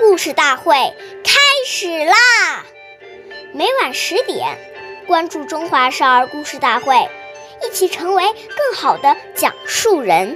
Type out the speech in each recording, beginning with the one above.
故事大会开始啦！每晚10点，关注中华少儿故事大会，一起成为更好的讲述人。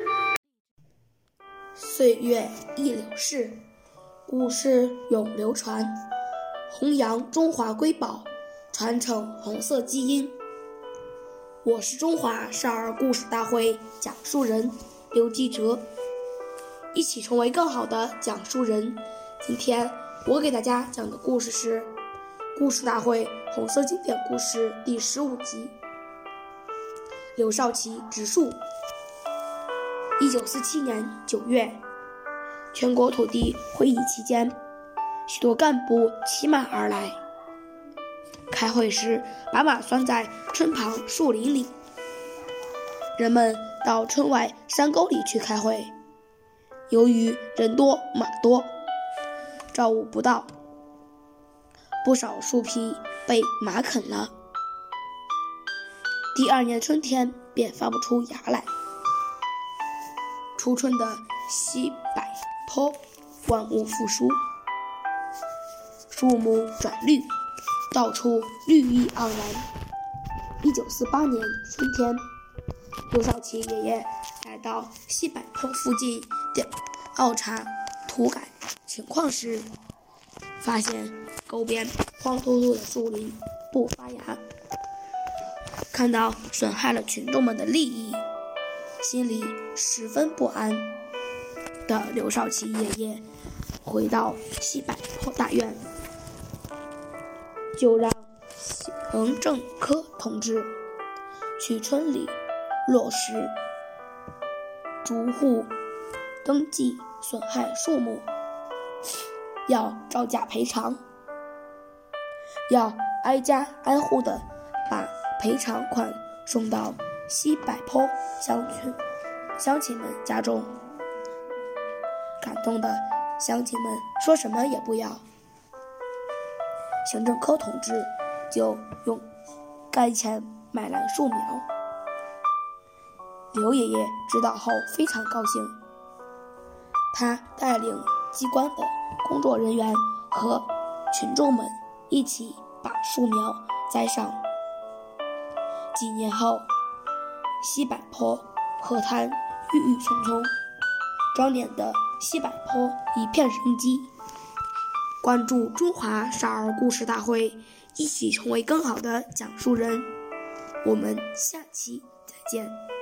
岁月易流逝，故事永流传，弘扬中华瑰宝，传承红色基因。我是中华少儿故事大会讲述人刘继哲，一起成为更好的讲述人。今天我给大家讲的故事是故事大会红色经典故事第15集，刘少奇植树。1947年9月，全国土地会议期间，许多干部骑马而来。开会时把马拴在村旁树林里，人们到村外山沟里去开会。由于人多马多，照顾不到，不少树皮被马啃了。第2年春天便发不出芽来。初春的西柏坡万物复苏，树木转绿，到处绿意盎然。1948年春天，刘少奇爷爷来到西柏坡附近的奥查土改情况时，发现沟边黄秃秃的树林不发芽，看到损害了群众们的利益，心里十分不安的刘少奇爷爷回到西柏坡大院，就让行政科同志去村里落实逐户登记损害树木，要照价赔偿，要挨家挨户的把赔偿款送到西柏坡乡亲们家中。感动的乡亲们说什么也不要，行政科同志就用该钱买来树苗。刘爷爷知道后非常高兴，他带领机关的工作人员和群众们一起把树苗栽上。几年后，西柏坡河滩郁郁葱葱，庄严的西柏坡一片生机。关注中华少儿故事大会，一起成为更好的讲述人。我们下期再见。